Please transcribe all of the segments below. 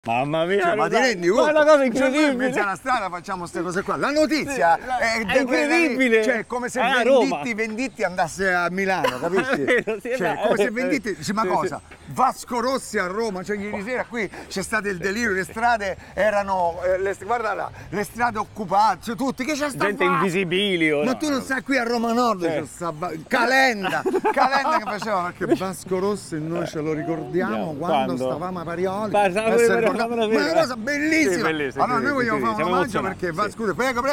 Mamma mia, cioè, ma ti rendi conto? Ma è una cosa Cioè, incredibile. noi in mezzo alla strada facciamo queste cose qua. La notizia è incredibile. Cioè, come se Venditti andasse a Milano, capisci? Cioè, come se Venditti dice, ma cosa? Vasco Rossi a Roma, cioè ieri sera qui c'è stato il delirio, le strade erano, guarda là, le strade occupate, cioè, tutti, che c'è sta gente invisibili ora. Ma tu non sai, qui a Roma Nord c'è sta Calenda che faceva, perché Vasco Rossi noi ce lo ricordiamo quando stavamo a Parioli. Ma è una cosa bellissima. Sì, bellissima. Allora noi vogliamo fare un omaggio perché scusa, prego.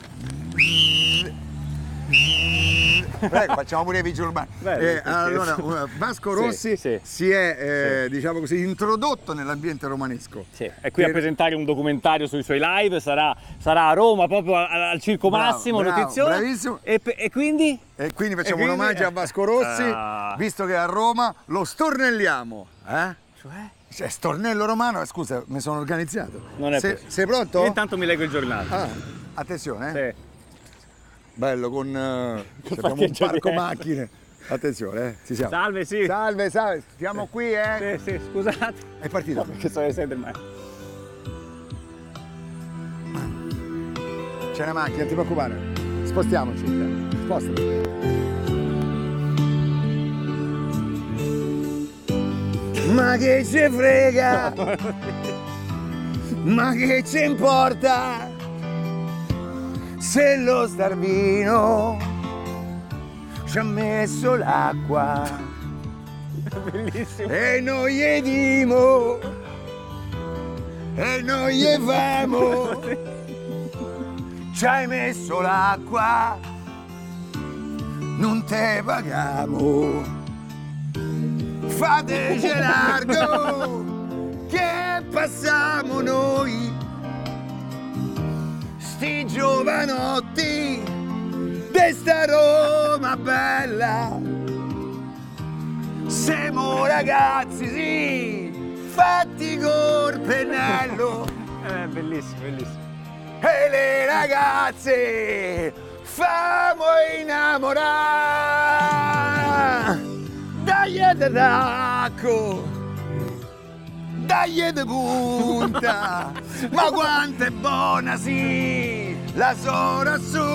Prego, facciamo pure i vigili urbani. Allora, Vasco Rossi si è, diciamo così, introdotto nell'ambiente romanesco. Sì, è qui a presentare un documentario sui suoi live, sarà a Roma, proprio al Circo Massimo, Notizione. Bravissimo. E quindi? E quindi facciamo un omaggio a Vasco Rossi, visto che a Roma lo stornelliamo. Cioè, stornello romano, scusa, mi sono organizzato. Non è sei pronto? Io intanto mi leggo il giornale. Attenzione, Sì. Bello, con abbiamo un parco macchine. Attenzione, ci siamo. Salve, sì. Salve, siamo qui, Sì, scusate. È partito. No, perché sto sentendo mai. C'è una macchina, non ti preoccupare. Spostiamoci. Spostati. Ma che ci frega? Ma che ci importa? Se lo starbino ci ha messo l'acqua. Bellissimo. E noi gli dimo e noi gli famo. Ci hai messo l'acqua, non te paghiamo. Fateci largo che passiamo noi, sti giovanotti de sta Roma bella. Siamo ragazzi, sì, fatti col pennello. Bellissimo, bellissimo. E le ragazze famo innamorare. Dagli de tacco, dagli de punta, ma quanto è buona sì la sora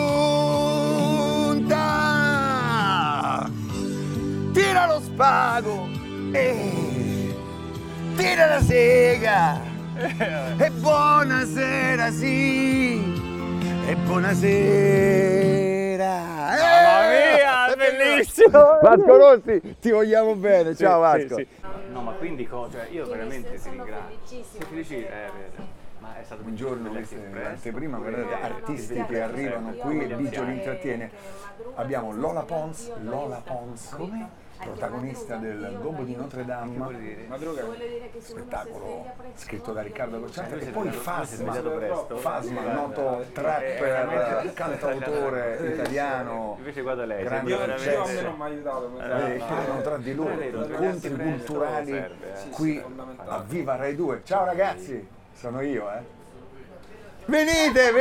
assunta. Tira lo spago e tira la sega e buonasera sì, e buonasera. Mamma mia, bellissimo! Vasco Rossi, ti vogliamo bene, ciao Vasco. Sì. No, ma quindi cioè, io veramente ti ringrazio. Sei felici? Ma è stato un giorno, l'anteprima, guardate, artisti che arrivano qui e Biggio li intrattiene. Abbiamo Lola Pons, come? Protagonista del Gobbo di Notre Dame, spettacolo scritto da Riccardo Cocciante, e poi Fasma, noto trapper, cantautore italiano, invece guarda lei, grande Io a me non mi ha aiutato, parlano tra di loro, incontri culturali qui a Viva Rai 2. Ciao ragazzi, sono io, Venite!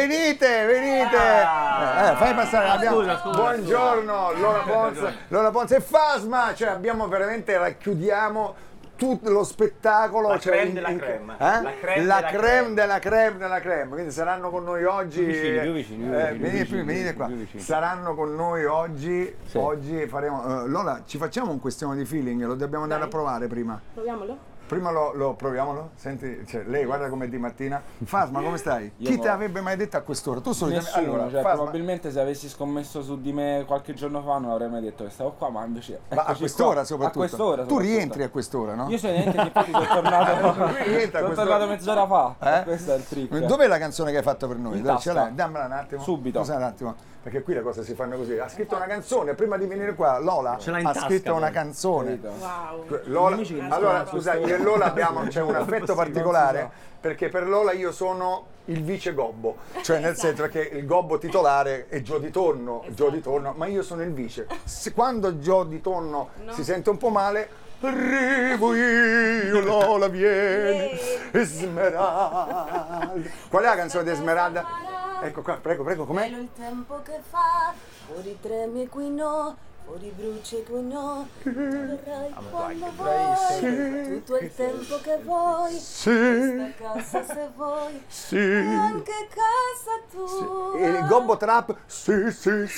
Fai passare, abbiamo... Scusa. Buongiorno, Lola Pons e Fasma, cioè abbiamo veramente, racchiudiamo tutto lo spettacolo. La cioè, crème della crème. La crème della crème, quindi saranno con noi oggi... Più vicini. Venite qua. Saranno con noi oggi, Sì. Oggi faremo... Lola, ci facciamo un questione di feeling, lo dobbiamo andare a provare prima. Proviamolo? Prima lo proviamolo? Senti, cioè, lei guarda come di mattina. Fasma, come stai? Chi ti avrebbe mai detto a quest'ora? Tu solitamente... Nessuno, cioè, Fasma, probabilmente se avessi scommesso su di me qualche giorno fa non avrei mai detto che stavo qua, ma invece... ma a quest'ora soprattutto. A quest'ora Tu rientri a quest'ora, no? Io sono niente, infatti sono tornato mezz'ora fa. Questo è il trick. Dov'è la canzone che hai fatto per noi? In Dai, tasca. ce l'hai? Dammela un attimo. Subito. Scusa un attimo. Perché qui le cose si fanno così. Ha scritto una canzone, prima di venire qua, Lola Ce l'ha in ha tasca, scritto una poi. canzone. Wow. Lola, allora, scusa, io e Lola c'è un affetto particolare, perché per Lola io sono il vice Gobbo, cioè nel senso che il Gobbo titolare è Gio Di Tonno, ma io sono il vice. Quando Gio Di Tonno si sente un po' male, arrivo io, Lola vieni, Esmeralda. Qual è la canzone di Esmeralda? Ecco qua, prego, com'è? Bello il tempo che fa, fuori treme qui no, ori bruci qui no, tu verrai quando vuoi, tutto il tempo che vuoi, questa casa se vuoi, anche casa tua. E il gobbo trap, sì.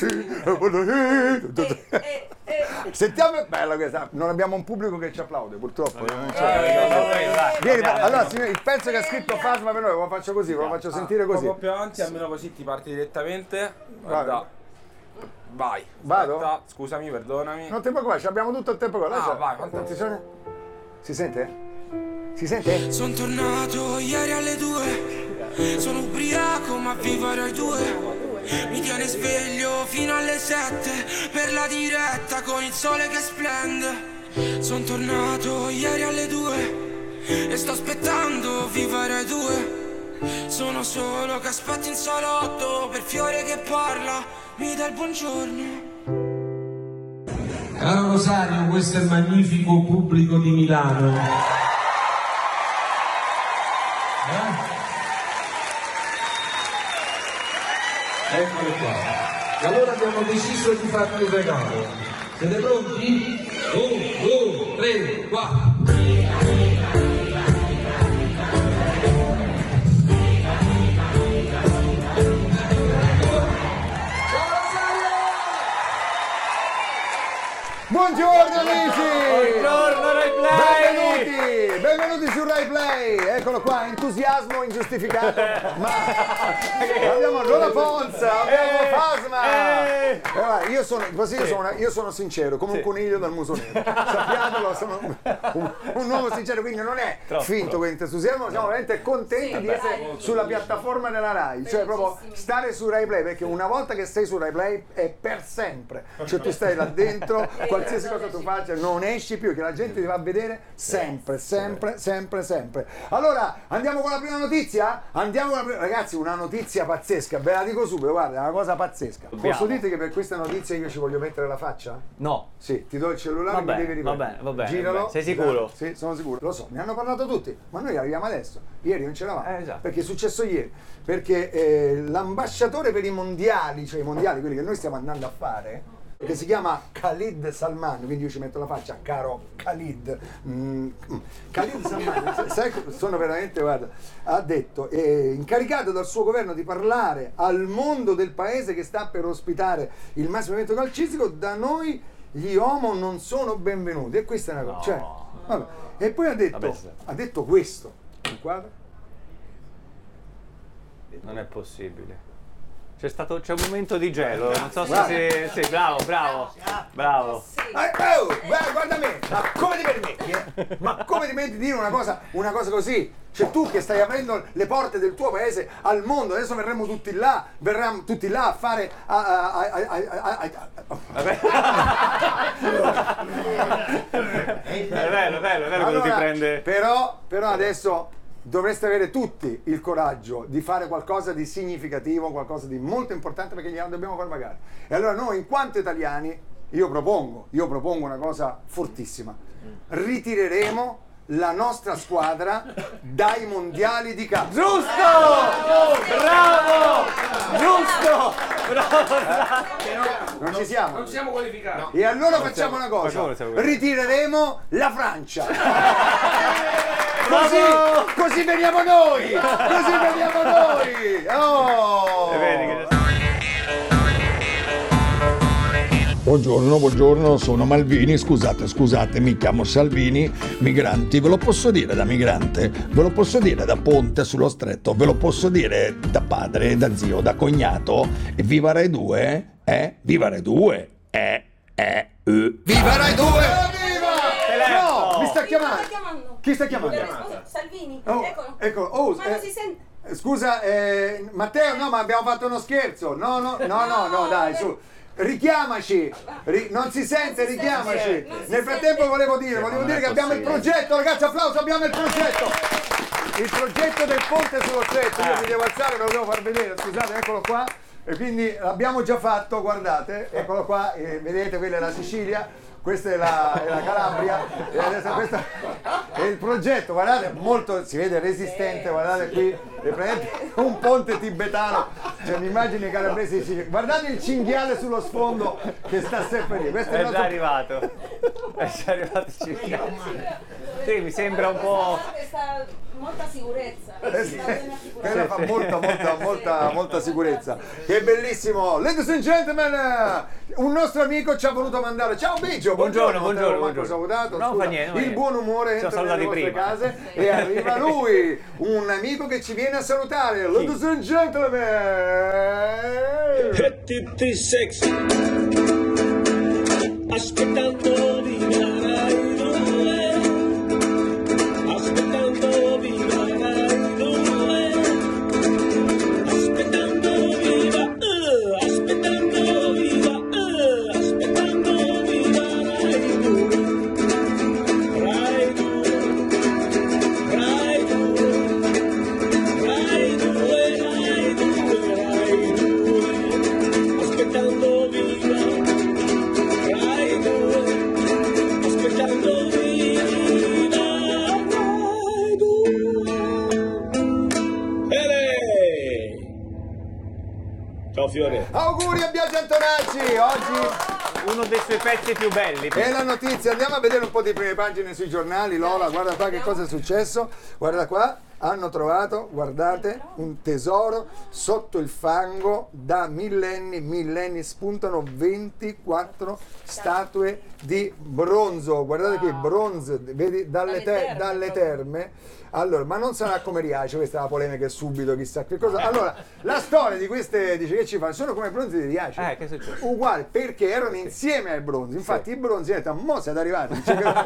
Sentiamo, bella questa. Non abbiamo un pubblico che ci applaude, purtroppo. Vieni, allora signori, il pezzo che ha scritto Fasma per noi, lo faccio così, ve lo faccio sentire così. Un po' più avanti, almeno così ti parti direttamente. Guarda. Vai. Vado? Aspetta, scusami, perdonami. Non ti preoccupare, abbiamo tutto il tempo qua. Vai, attenzione. Si sente? Si sente? Sono tornato ieri alle 2. Sono ubriaco ma vivo Rai 2. Mi tiene sveglio fino alle 7 per la diretta con il sole che splende. Sono tornato ieri alle 2 e sto aspettando viva Rai 2. Sono solo che aspetto in salotto per Fiore che parla, mi dà il buongiorno. Caro Rosario, questo è il magnifico pubblico di Milano. Eccolo qua. E allora abbiamo deciso di farvi un regalo. Siete pronti? 1, 2, 3, 4. Buongiorno amici! Buongiorno Rai Play! Benvenuti su Rai Play! Eccolo qua, entusiasmo ingiustificato, ma abbiamo Lola Ponza, abbiamo Fasma! Io sono sincero, come un coniglio dal muso nero. Sappiatelo, sono un uomo sincero, quindi non è finto questo entusiasmo, siamo veramente contenti di essere sulla piattaforma della Rai, cioè proprio stare su Rai Play, perché una volta che sei su Rai Play è per sempre, cioè tu stai là dentro, qualsiasi cosa tu faccia non esci più, che la gente ti va a vedere sempre. Allora andiamo con la prima notizia? Ragazzi, una notizia pazzesca, ve la dico subito, guarda, è una cosa pazzesca. Posso dirti che per questa notizia io ci voglio mettere la faccia? No. Sì, ti do il cellulare, mi devi riprendere. Va bene. Giralo. Sei sicuro? Sì, sono sicuro. Lo so, ne hanno parlato tutti, ma noi arriviamo adesso. Ieri non c'eravamo. Esatto. Perché è successo ieri. Perché l'ambasciatore per i mondiali, cioè i mondiali, quelli che noi stiamo andando a fare, che si chiama Khalid Salman, quindi io ci metto la faccia, caro Khalid. Khalid Salman, sai, sono veramente, guarda, ha detto, è incaricato dal suo governo di parlare al mondo del paese che sta per ospitare il massimo evento calcistico, da noi gli uomo non sono benvenuti. E questa è una cosa. Cioè, vabbè. E poi ha detto questo. Guarda. Non è possibile. C'è un momento di gelo, non so se sì, bravo. Guarda me, ma come ti permetti? Ma come ti permetti di dire una cosa così? Cioè tu che stai aprendo le porte del tuo paese al mondo, adesso verremo tutti là a fare È vero allora, che ti prende. Però adesso dovreste avere tutti il coraggio di fare qualcosa di significativo, qualcosa di molto importante, perché gliela dobbiamo far pagare. E allora noi, in quanto italiani, io propongo una cosa fortissima. Ritireremo la nostra squadra dai mondiali di calcio. Giusto! Bravo! Non ci siamo. Non siamo qualificati. No. E allora facciamo una cosa. Ritireremo la Francia. Così veniamo noi! Oh! Buongiorno, sono Malvini, scusate, mi chiamo Salvini, migranti, ve lo posso dire da migrante, ve lo posso dire da ponte sullo stretto, ve lo posso dire da padre, da zio, da cognato, e viva Rai 2, viva Rai 2, Viva Rai 2! No, mi sta chiamando. Chi sta chiamando? Salvini, Eccolo. Ma non si sente. Scusa, Matteo, no, ma abbiamo fatto uno scherzo. No, dai, su. Richiamaci, non si sente, richiamaci. Nel frattempo volevo dire che abbiamo il progetto, ragazzi, applauso, abbiamo il progetto del ponte sullo stretto. Io mi devo alzare, ve lo devo far vedere, scusate, eccolo qua. E quindi l'abbiamo già fatto, guardate, eccolo qua, vedete, quella è la Sicilia. questa è la Calabria e adesso questo è il progetto, guardate, molto, si vede resistente, guardate qui, è praticamente un ponte tibetano, cioè mi immagino i calabresi, guardate il cinghiale sullo sfondo che sta sempre lì, questo È già arrivato. È già arrivato il cinghiale. Sì, mi sembra un po'... Molta sicurezza. Quella fa molta sicurezza. Che bellissimo! Ladies and gentlemen, un nostro amico ci ha voluto mandare. Ciao Biggio, buongiorno. Salutato. No, fa niente, il buon umore entra nelle vostre case e arriva lui, un amico che ci viene a salutare. Ladies and gentlemen. Petit sex. Aspettando di Ciao Fiore. Auguri a Biagio Antonacci, oggi uno dei suoi pezzi più belli. è la notizia, andiamo a vedere un po' di prime pagine sui giornali. Lola, guarda qua che cosa è successo, guarda qua, hanno trovato, guardate, un tesoro sotto il fango da millenni, spuntano 24 statue di bronzo, guardate qui, bronzo, vedi, dalle terme. Allora, ma non sarà come Riace, questa è la polemica subito, chissà che cosa. Allora, la storia di queste, dice che ci fanno, sono come i bronzi di Riace. Che è successo? Uguali, perché erano insieme ai bronzi. Infatti i bronzi hanno detto, mo siete arrivati.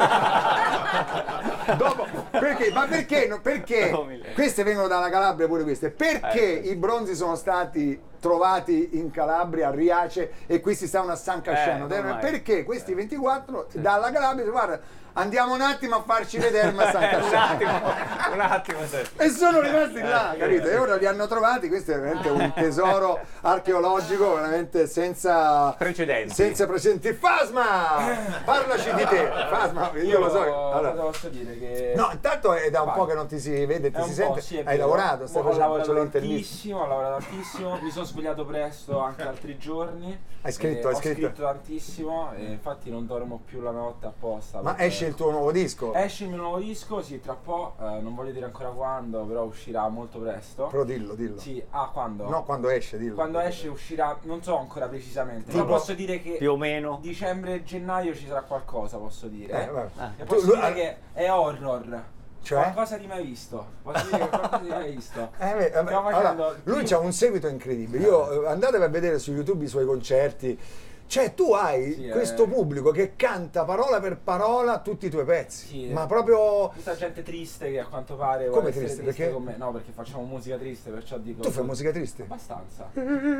Dopo, perché? Ma perché? Perché? Queste vengono dalla Calabria pure queste. Perché i bronzi sono stati trovati in Calabria, a Riace, e questi stavano a San Casciano? Perché questi 24 dalla Calabria, guarda, andiamo un attimo a farci vedere a San Casciano. un attimo. E sono rimasti là, capito? E ora li hanno trovati, questo è veramente un tesoro archeologico veramente senza precedenti. Fasma! Parlaci di te, Fasma, io lo so. Allora, posso dire che... No, intanto è da un po' che non ti si vede, ti si sente, sì, hai lavorato, stai facendo l'intervista. Ho lavorato tantissimo, mi sono svegliato presto anche altri giorni. Hai scritto? Ho scritto tantissimo e infatti non dormo più la notte apposta. Ma esce il tuo nuovo disco? Esce il mio nuovo disco, sì, tra po', non voglio dire ancora quando, però uscirà molto presto. Però dillo. Sì, quando? No, quando esce, dillo. Quando esce uscirà, non so ancora precisamente, tipo, però posso dire che più o meno dicembre e gennaio ci sarà qualcosa, posso dire. E tu, posso dire che è horror. Cioè? Qualcosa di mai visto. Posso dire che qualcosa di mai visto. Allora, lui c'ha un seguito incredibile. Andatevi a vedere su YouTube i suoi concerti. Cioè tu hai questo pubblico che canta parola per parola tutti i tuoi pezzi, ma proprio... Tutta gente triste che a quanto pare come vuole triste? Perché? Con me. No, perché facciamo musica triste, perciò dico... Tu fai musica triste? Abbastanza.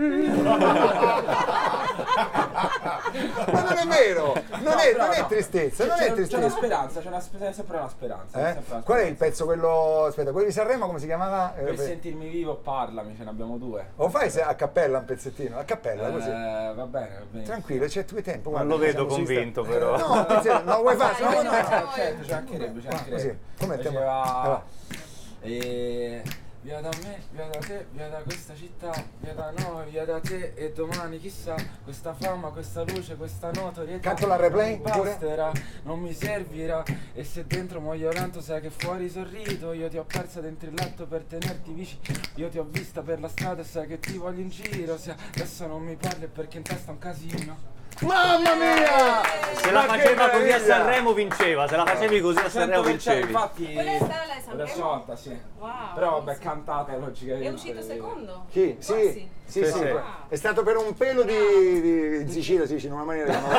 Ma non è vero! Non è tristezza, non è tristezza. C'è una speranza, sempre una speranza. Qual è il pezzo, quello... Aspetta, quello di Sanremo come si chiamava? Per sentirmi vivo, parlami, ce ne abbiamo due. O fai a cappella un pezzettino? A cappella così? Va bene. Tranquillo, c'è tu tempo. Non lo vedo convinto però. No, attenzione, no, vuoi fare? Certo, ci mancherebbe. Come il tempo? Via da me, via da te, via da questa città, via da noi, via da te e domani chissà, questa fama, questa luce, questa notorietà. Canto la replay? Non mi basterà, non mi servirà, e se dentro muoio lento sai che fuori sorrido. Io ti ho persa dentro il letto per tenerti vicino, io ti ho vista per la strada e sai che ti voglio in giro. Se adesso non mi parli è perché in testa è un casino. Mamma mia! Se la faceva così a Sanremo vinceva, se la facevi così a Sanremo vincevi. Infatti, quella è stata la Sanremo? la svolta, sì. Wow, però vabbè, cantata logicamente. È uscito secondo? Chi? Sì. È stato per un pelo di Sicilia, in una maniera che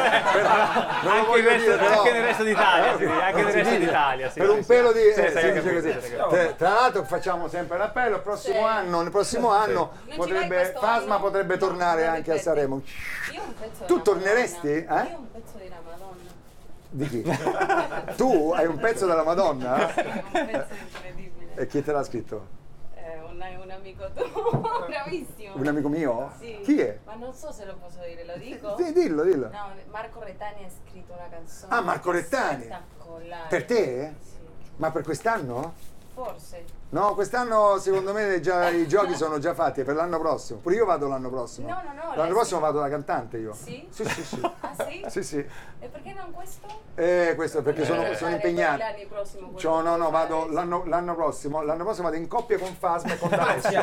anche nel resto d'Italia, per un pelo di tra l'altro facciamo sempre l'appello, nel prossimo anno Fasma potrebbe tornare anche a Sanremo. Tu torneresti? Io ho un pezzo della Madonna. Di chi? Tu hai un pezzo della Madonna? Un pezzo incredibile. E chi te l'ha scritto? Un un amico tuo, bravissimo. Un amico mio? Sì. Chi è? Ma non so se lo posso dire, lo dico? Sì, dillo. No, Marco Rettani ha scritto una canzone. Ah, Marco Rettani. Spettacolare. Per te? Sì. Ma per quest'anno? Forse. No, quest'anno secondo me già i giochi sono già fatti, è per l'anno prossimo. Pure io vado l'anno prossimo. No. L'anno prossimo vado da cantante io. Sì? Sì. Ah sì? Sì. E perché non questo? Questo perché sono impegnato. L'anno prossimo. No, vado l'anno prossimo vado in coppia con Fasma e con D'Alessio.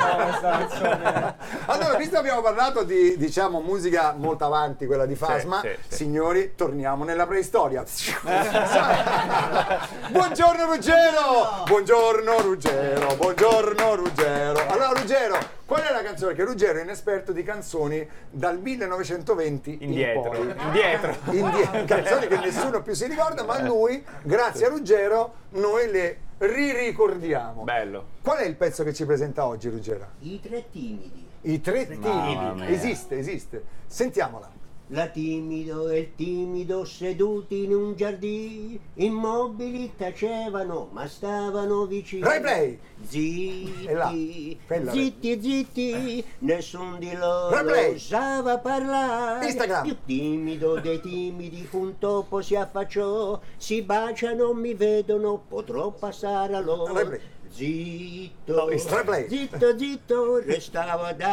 Allora, visto che abbiamo parlato di, diciamo, musica molto avanti, quella di Fasma, sì. signori, torniamo nella preistoria. Buongiorno Ruggero! Buongiorno Ruggero! Allora Ruggero, qual è la canzone? Perché Ruggero è un esperto di canzoni dal 1920 Indietro. Canzoni che nessuno più si ricorda, ma noi, grazie a Ruggero, noi le riricordiamo. Bello. Qual è il pezzo che ci presenta oggi, Ruggero? I tre timidi. I tre Mamma timidi. mia. Esiste. Sentiamola. La timido e il timido seduti in un giardino, immobili tacevano ma stavano vicini. Rai play! Zitti, E là, quella. zitti, nessun di loro Rai play! osava parlare. Instagram. Più timido dei timidi un topo si affacciò, si baciano, mi vedono, potrò passare a loro. Rai play. Zitto, Rai play. zitto, restavo ad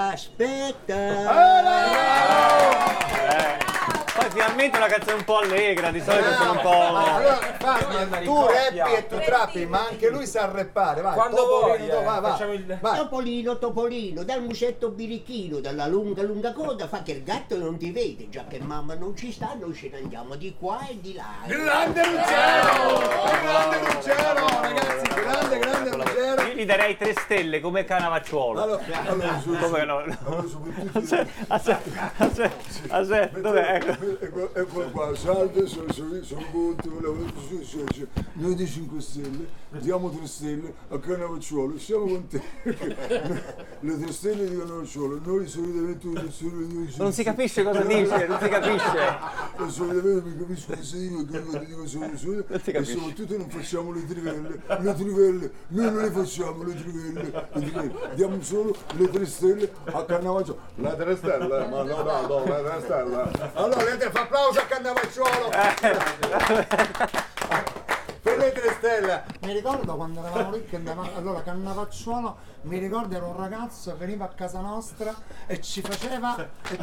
aspettare. Poi finalmente una canzone un po' allegra, di solito sono un po'. Allora, Fasma, tu rappi e tu trappi, ma anche lui sa rappare. Vai, Quando Topolino, vuoi, vai. facciamo il- Vai. Topolino, dal musetto birichino, dalla lunga coda, fa che il gatto non ti vede, già che mamma non ci sta, noi ce ne andiamo di qua e di là. Grande Ruggero, ragazzi, grande Ruggero. Io gli darei 3 stelle come Canavacciuolo. Allora, Come no? Aspetta, dov'è? Ecco qua, salve, sono Conte, noi di 5 Stelle diamo 3 stelle a Cannavacciuolo, siamo contenti. Le 3 stelle di Cannavacciuolo, noi solitamente Non si capisce cosa dice, non si capisce. solitamente mi capisco che si dico che dico solo si e capisce. soprattutto non facciamo le trivelle, noi non le facciamo le trivelle, diamo solo le 3 stelle a Cannavacciuolo. La 3 stelle, ma no, la 3 stelle. Allora, fa applauso a Cannavacciuolo. Per le 3 stelle. Mi ricordo quando eravamo lì che andavamo, allora Cannavacciuolo, mi ricordo era un ragazzo, veniva a casa nostra e ci faceva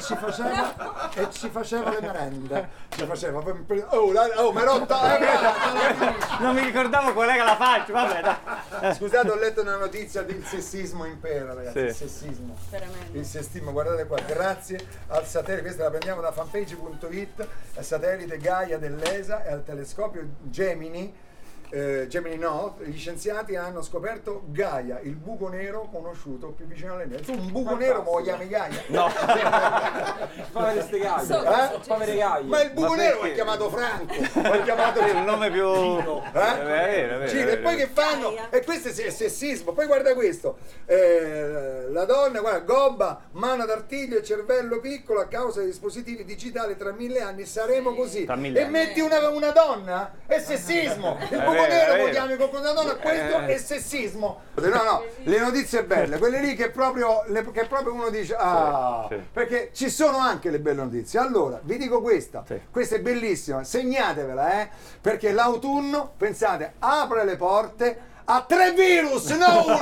le merende. Ci faceva poi mi rotto. Non mi ricordavo qual è che la faccio, vabbè dai. Scusate, ho letto una notizia del sessismo impera, ragazzi. Sì. Il sessismo. Veramente. Il sessismo, guardate qua, grazie al satellite, questa la prendiamo da fanpage.it, al satellite Gaia dell'ESA e al telescopio Gemini. Gemini no, gli scienziati hanno scoperto Gaia, il buco nero conosciuto più vicino alle neve. Tu un buco nero ma lo chiami Gaia? No. Povere ste gaie. Povere gaie. Ma il buco Ma nero perché? è chiamato Franco, è chiamato Il nome più. Cino. È vero. Cino. E poi che fanno? E questo è sessismo. Poi guarda questo, la donna, guarda, gobba, mano d'artiglio e cervello piccolo a causa dei dispositivi digitali tra 1000 anni saremo così. Tra 1000 E anni. metti una donna? È sessismo. Il buco vero, nero è lo vero. chiami con una donna, questo è sessismo. No, le notizie belle, quelle lì che proprio uno dice Sì. perché ci sono anche le belle notizie. Allora, vi dico questa, Sì. questa è bellissima, segnatevela, perché l'autunno, pensate, apre le porte a 3 virus, no 1,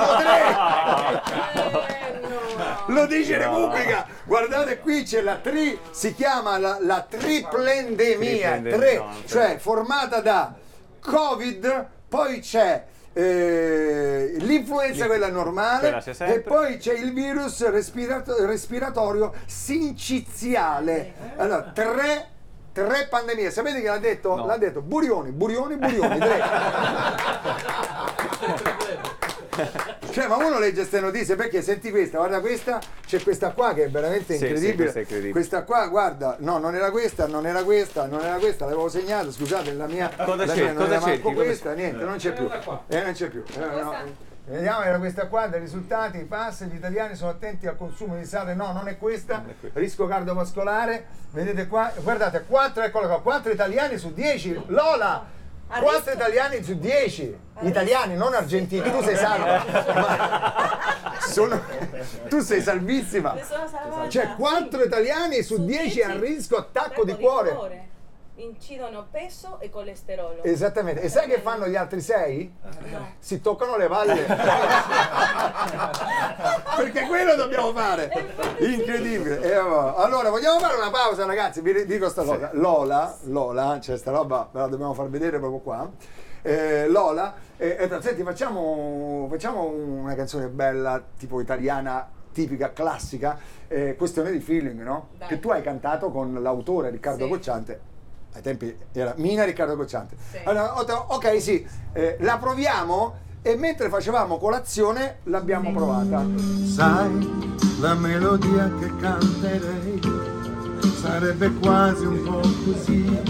3! Lo dice Repubblica, guardate qui c'è si chiama la triplendemia, cioè formata da Covid, poi c'è l'influenza quella normale Quella c'è sempre. e poi c'è il virus respiratorio sinciziale. Allora, tre pandemie. Sapete chi l'ha detto? No. L'ha detto Burioni, 3. Cioè, ma uno legge queste notizie perché senti questa, guarda questa, c'è questa qua che è veramente Sì, incredibile. questa è incredibile. Questa qua, guarda, no, non era questa, l'avevo segnata, scusate, la mia Cosa la c'è? mia non Cosa era cerchi? manco Cosa questa, niente, non c'è più. Non c'è più. No. Vediamo, era questa qua, dai risultati, passa, gli italiani sono attenti al consumo di sale, no, non è questa, rischio cardiovascolare, vedete qua, guardate, 4 italiani su 10, Lola! 4 italiani su 10 italiani, non argentini, tu sei salva. Tu sei salvissima. Cioè 4 italiani su 10 a rischio attacco di cuore. Incidono peso e colesterolo. Esattamente. E sai che fanno gli altri 6? No. Si toccano le valle. Perché quello dobbiamo fare. Incredibile. Allora, vogliamo fare una pausa, ragazzi? Vi dico sta cosa. Lola, cioè sta roba ve la dobbiamo far vedere proprio qua. Lola, senti, facciamo una canzone bella, tipo italiana, tipica, classica, questione di feeling, no? Dai. Che tu hai cantato con l'autore Riccardo Cocciante. Ai tempi era Mina Riccardo Cocciante. Sì. Allora, ok, sì, la proviamo e mentre facevamo colazione l'abbiamo provata. Sai, la melodia che canterei sarebbe quasi un po' così.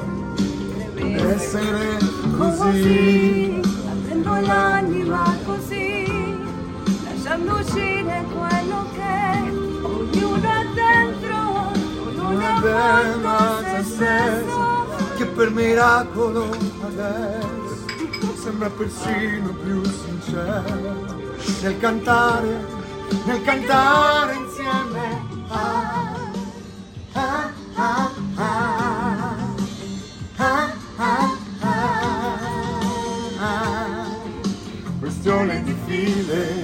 Essere così, aprendo l'anima così, lasciando uscire quello che ognuno ha dentro. Una bella se stesso, che per miracolo adesso sembra persino più sincero nel cantare insieme. Questione di file.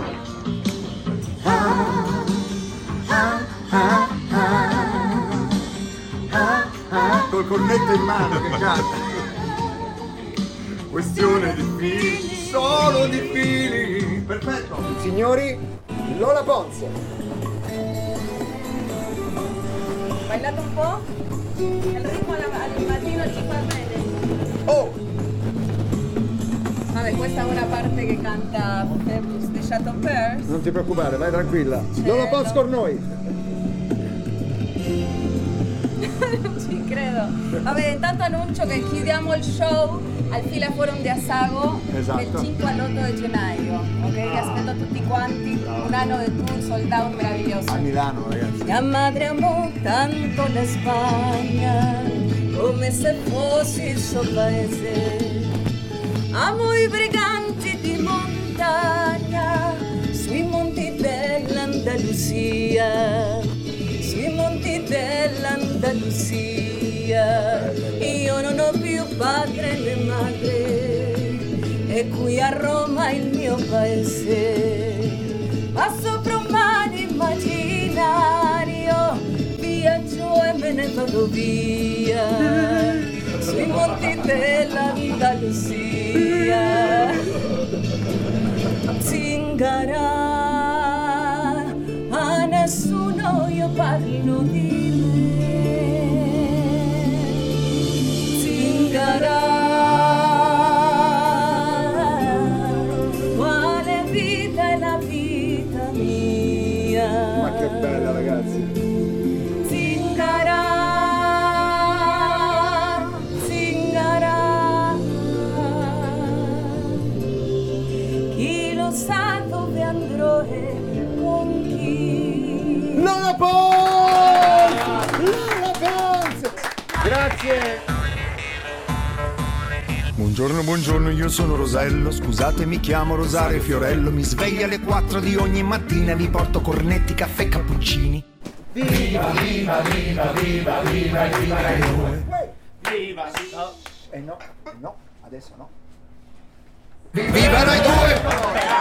Col cornetto in mano che canta. Questione di fili, solo di fili. Perfetto. Signori, Lola Ponce. Bailate un po'? Il ritmo al mattino ci fa bene. Oh! Vabbè, questa è una parte che canta The Chateau Pearls. Non ti preoccupare, vai tranquilla. Certo. Lola Ponce con noi. Non ci credo. Vabbè, intanto annuncio che chiudiamo il show al Fila Forum di Assago del 5 all'8 di gennaio. Ok, vi aspetto tutti quanti. Un anno di tour sold out meraviglioso. A Milano, ragazzi. Mia madre amò tanto la Spagna come se fossi il suo paese. Amo i briganti di montagna sui monti dell'Andalusia. Sui monti dell'Andalusia, io non ho più padre né madre, e qui a Roma il mio paese. Ma sopra un mare immaginario viaggio e me ne vado via, sui monti dell'Andalusia. Zingara, a nessuno io parlo di me. Zingara, quale vita è la vita mia. Ma che bella, ragazzi. Zingara, zingara, chi lo sa dove andrò e con chi. Lola Ponce! Lola Ponce! Grazie! Buongiorno, io sono Rosello, scusate mi chiamo Rosario Fiorello, mi sveglio alle 4 di ogni mattina, vi porto cornetti, caffè, cappuccini. Viva, viva, viva, viva, viva, viva Rai 2! Viva! No, adesso no. Viva Rai 2!